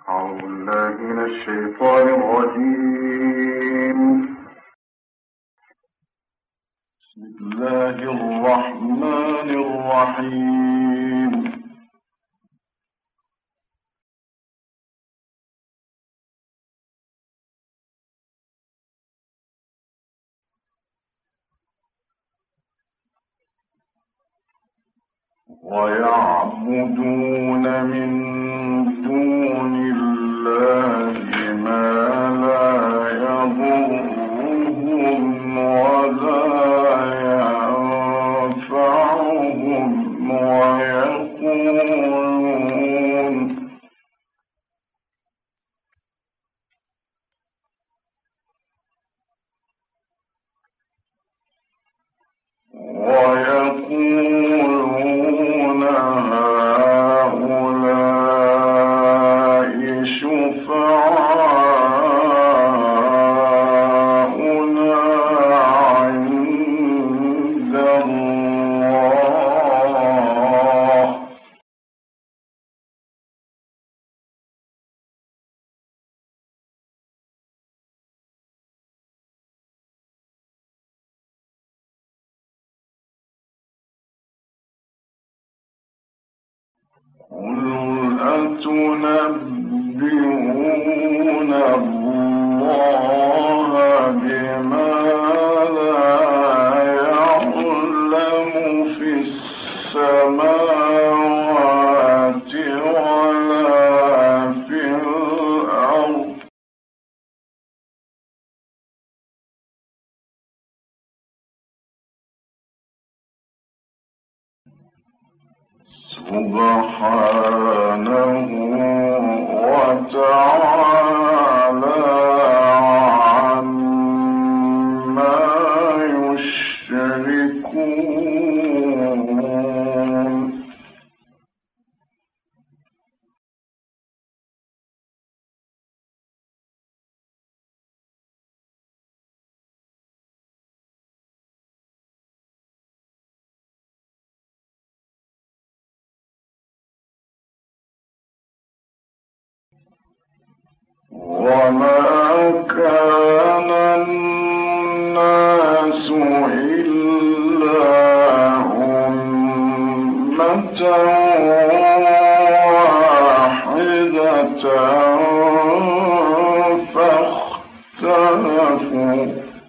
أعوذ بالله من الشيطان الرجيم. بسم الله الرحمن الرحيم. ويعبدون من دون الله ما لا يضرهم ولا ينفعهم ويقولون هؤلاء شفعاؤنا عند الله. قل أتنبئون الله بما لا يعلم في السماوات ولا في الأرض. سبحانه وتعالى عما يشركون. وما كان الناس إلا أمة واحدة فاختلفوا.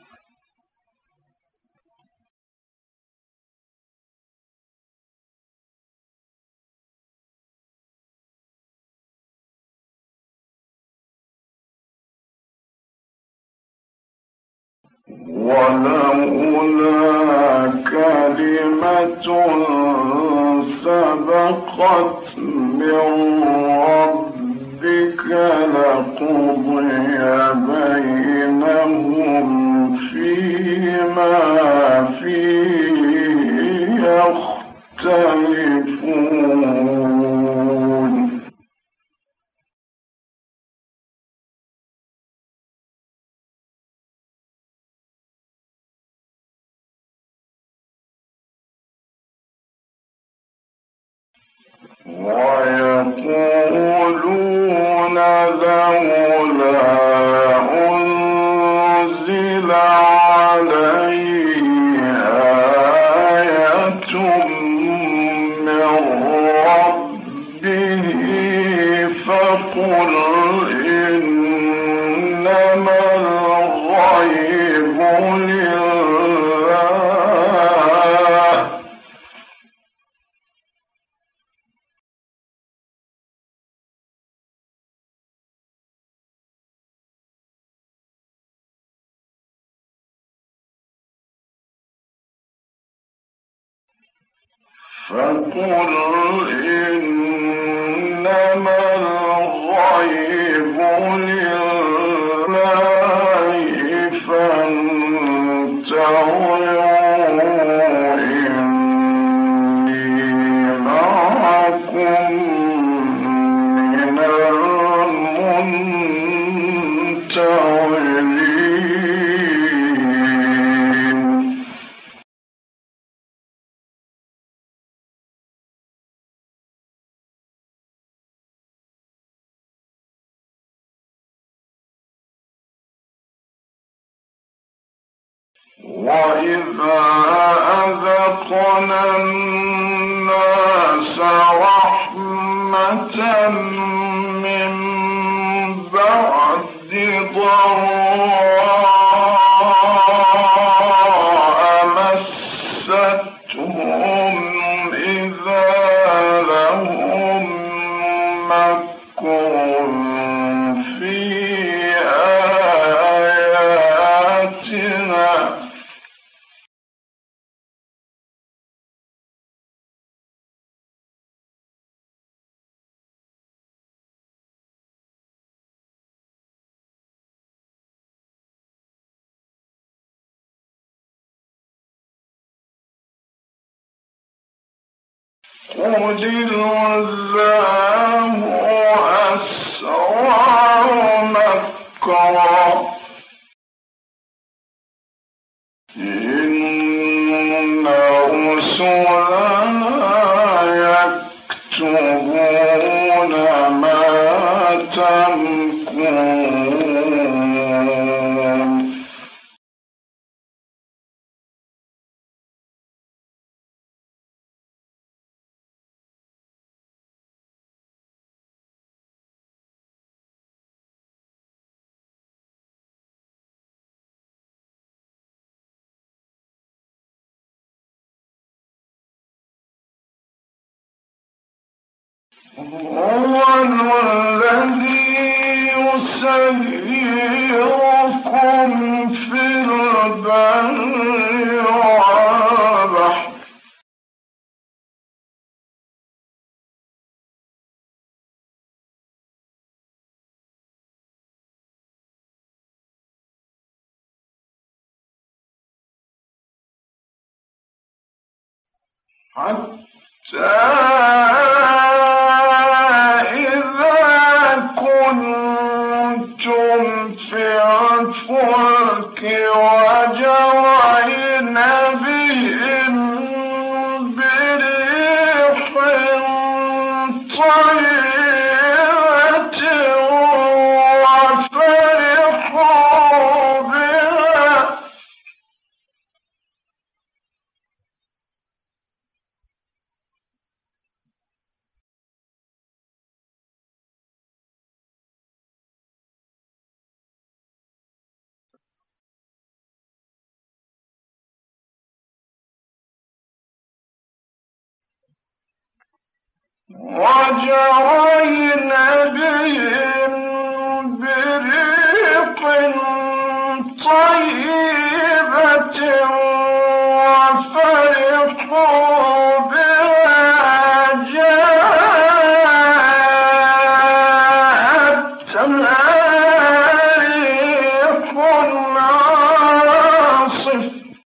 ولولا كلمة سبقت من ربك لقضي بينهم فيما فيه يختلفون. ويقولون لولا أنزل عليه آية من ربه فقل إنما الغيب لله فقل إنما الغيب لله فانتظروا إني معكم من المنتظرين. وإذا أذقنا الناس رحمة من بعد ضراء مستهم إذا لهم مكر في آياتنا قل الله أسرع مكرا إن رسلنا يكتبون ما تمكرون هو الذي يسيركم في البر والبحر حتى كنتم في الفلك وجرين بهم بريح طيبة وفرحوا بها وجرين بهم بريق طيبة وفرحوا بها جاءتها ريح عاصف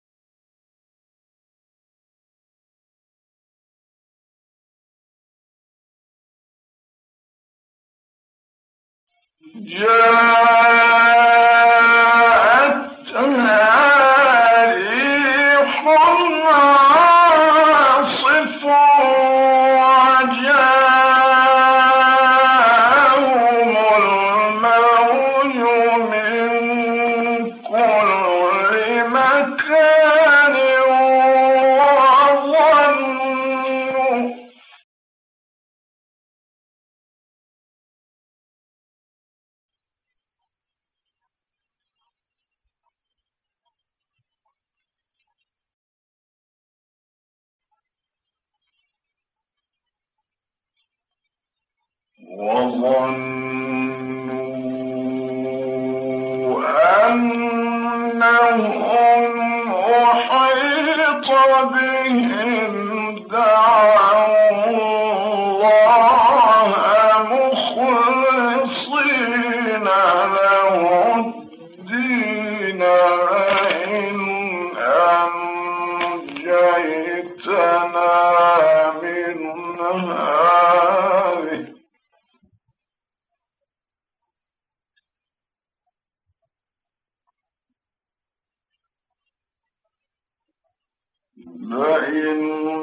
وجاءهم الموج من كل مكان وظنوا أنهم أحيط بهم دعوا الله مخلصين له الدين لئن أنجيتنا من هذه لئن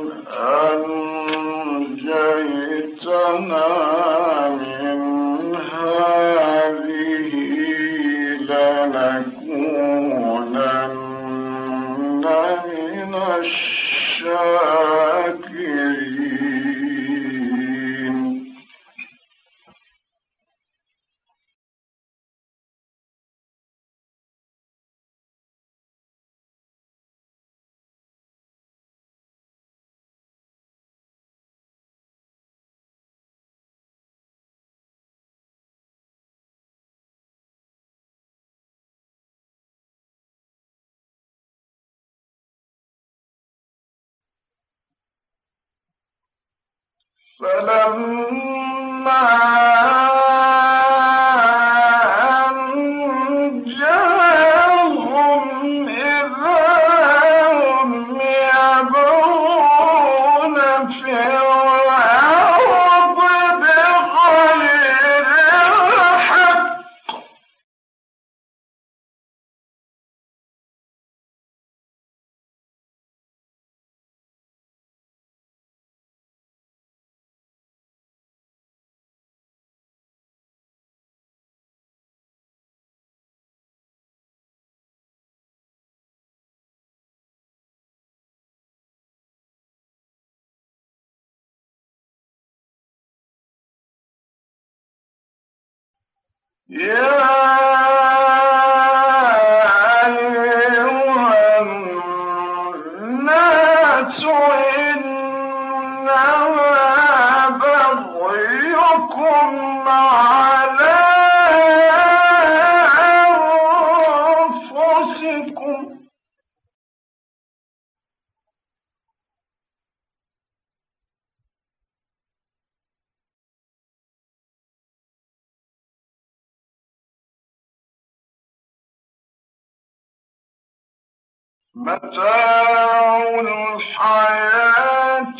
أنجيتنا من هذه لنكونن الشاكرين. فلما يا أيها الناس إنما بغيكم على أنفسكم متاع الحياة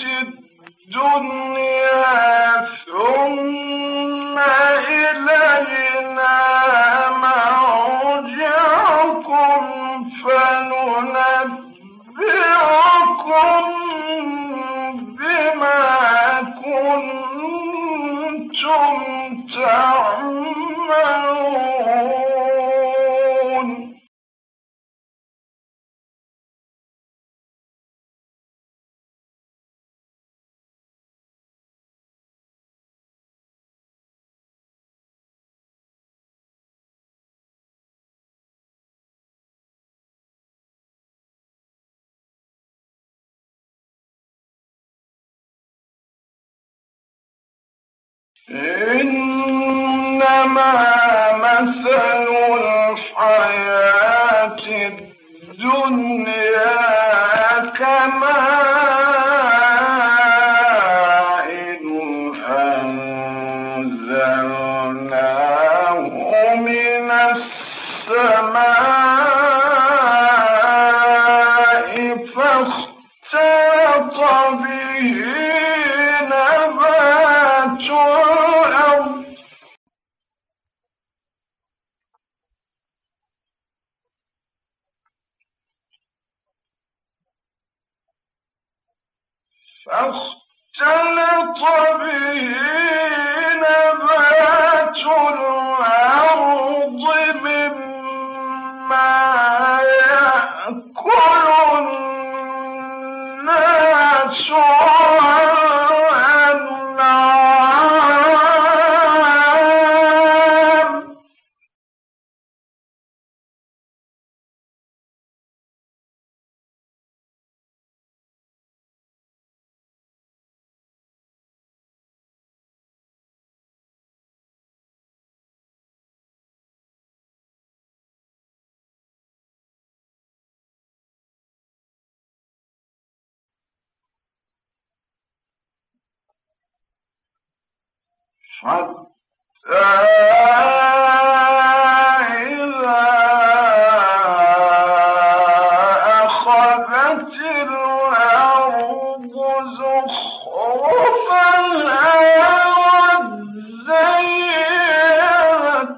الدنيا ثم إلينا مرجعكم فننبئكم بما كنتم تعملون. إنما مثل الحياة الدنيا كماء أنزلناه من السماء فاختلط به نبات الأرض مما يأكل الناس والأنعام حتى إذا أخذت الأرض زخرفها وزينت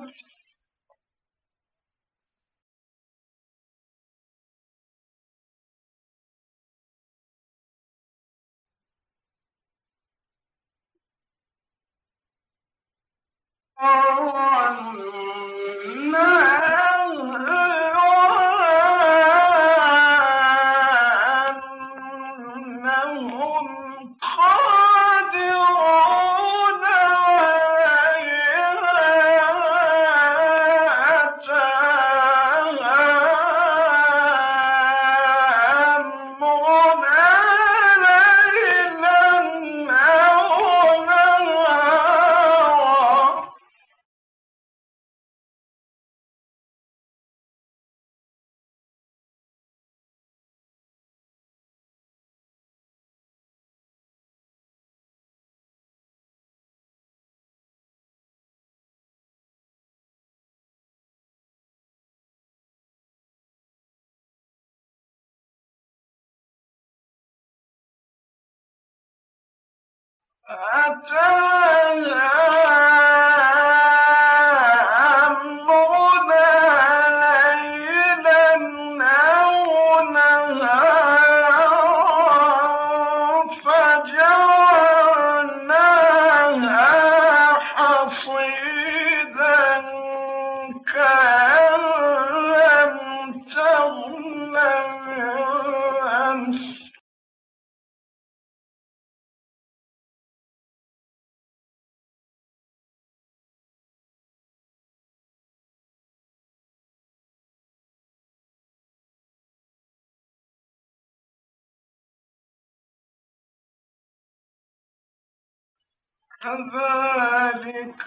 كذلك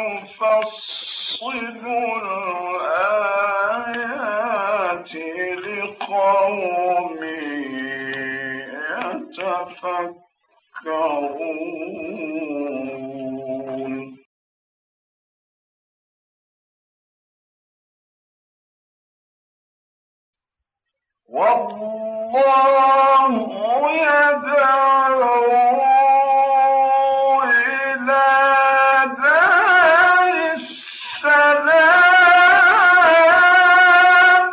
نفصل الآيات لقوم يتفكرون والله يدعو إلى دار السلام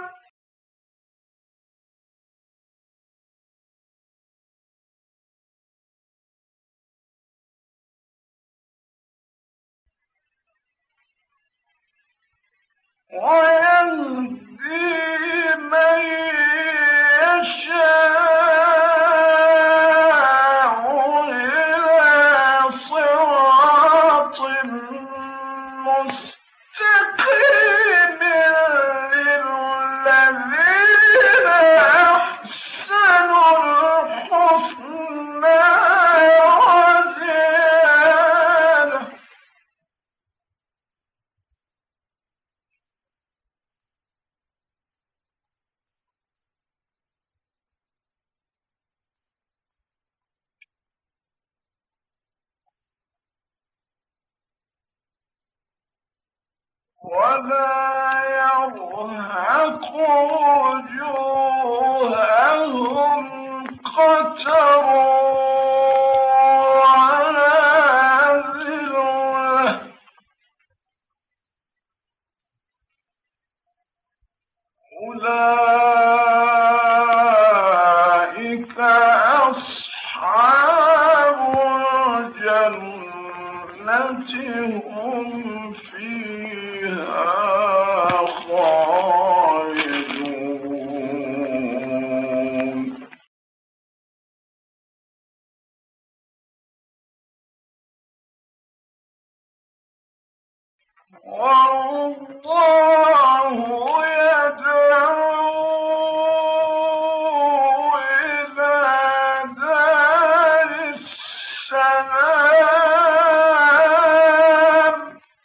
ويهدي من يشاء إلى صراط مستقيم للذين أحسنوا الحسنى وزيادة ولا يرهق وجوههم قتر ولا ذلة أولئك أصحاب الجنة هم فيها خالدون والله يدعو إلى دار السلام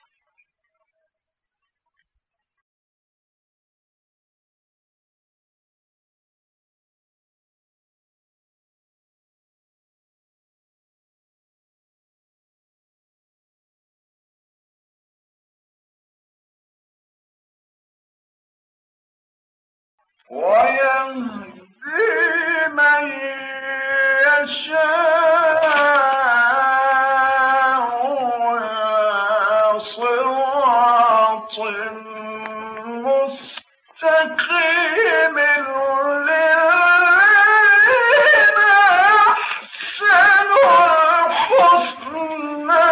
ويهدي من يشاء إلى صراط مستقيم للذين أحسنوا الحسنى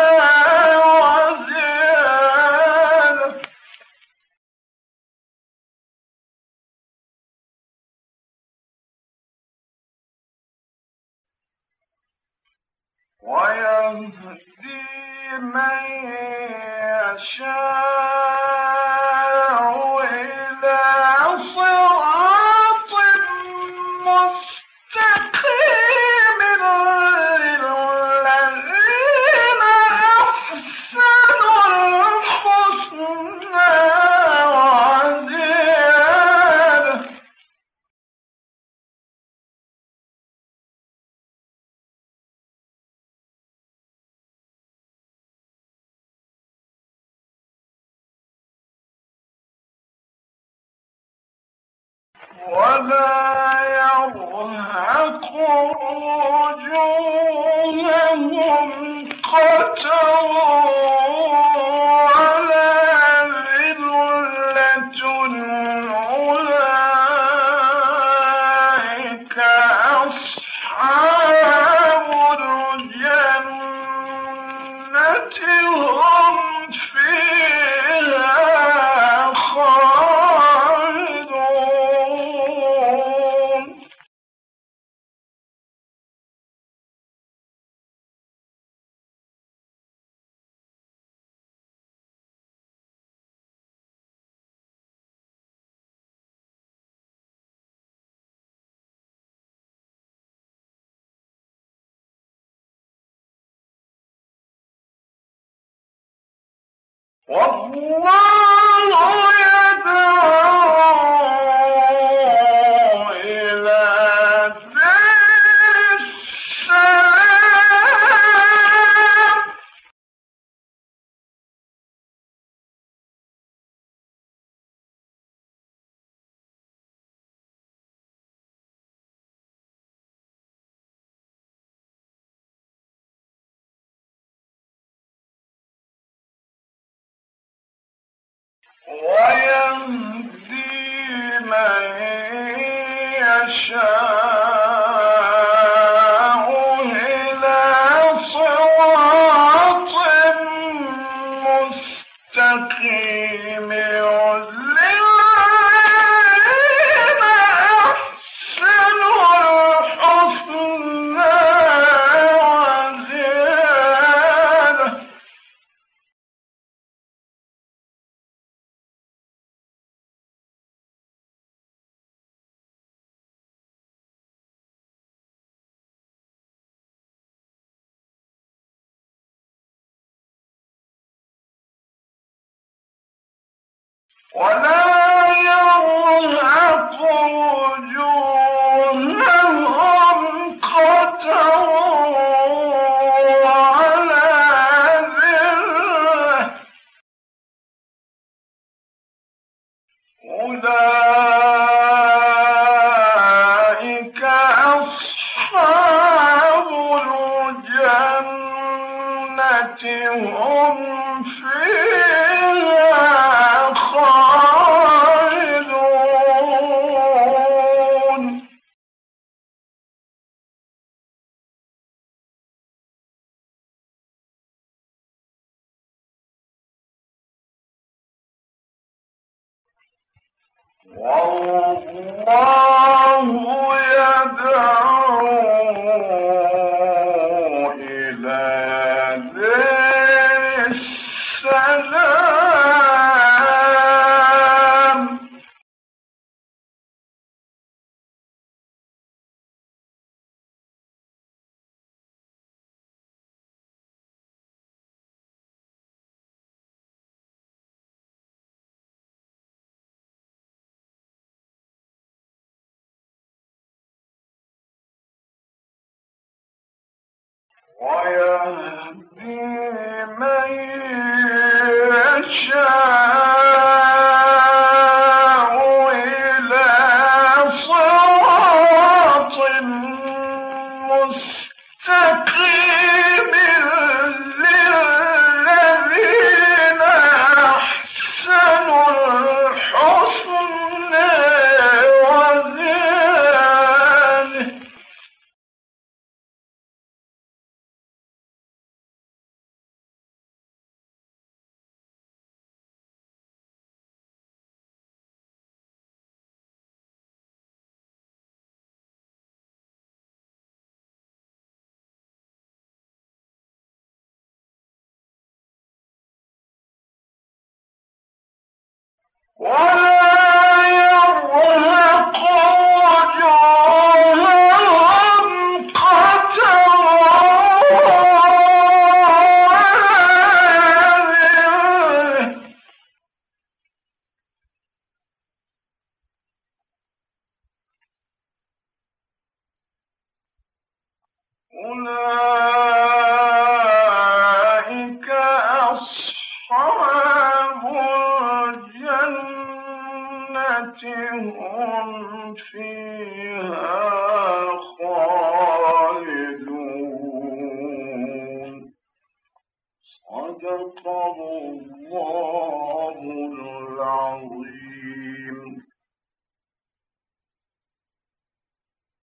وزيادة ويهدي من يشاء إلى صراط مستقيم للذين أحسنوا الحسنى وزيادة ولا يرهق وجوههم والله يدعو إلى دار السلام ويهدي من يشاء إلى صراط مستقيم للذين أحسنوا الحسنى وزيادة ولا يرهق وجوههم قتر ولا ذلة أولئك أصحاب الجنة هم فيها خالدون والله يدعو إلى دار السلام ويهدي من يشاء إلى صراط مستقيم للذين أحسنوا الحسنى وزيادة ولا يرهق وجوههم قتر ولا ذلة أولئك أصحاب الجنة هم فيها خالدون صدق الله العظيم.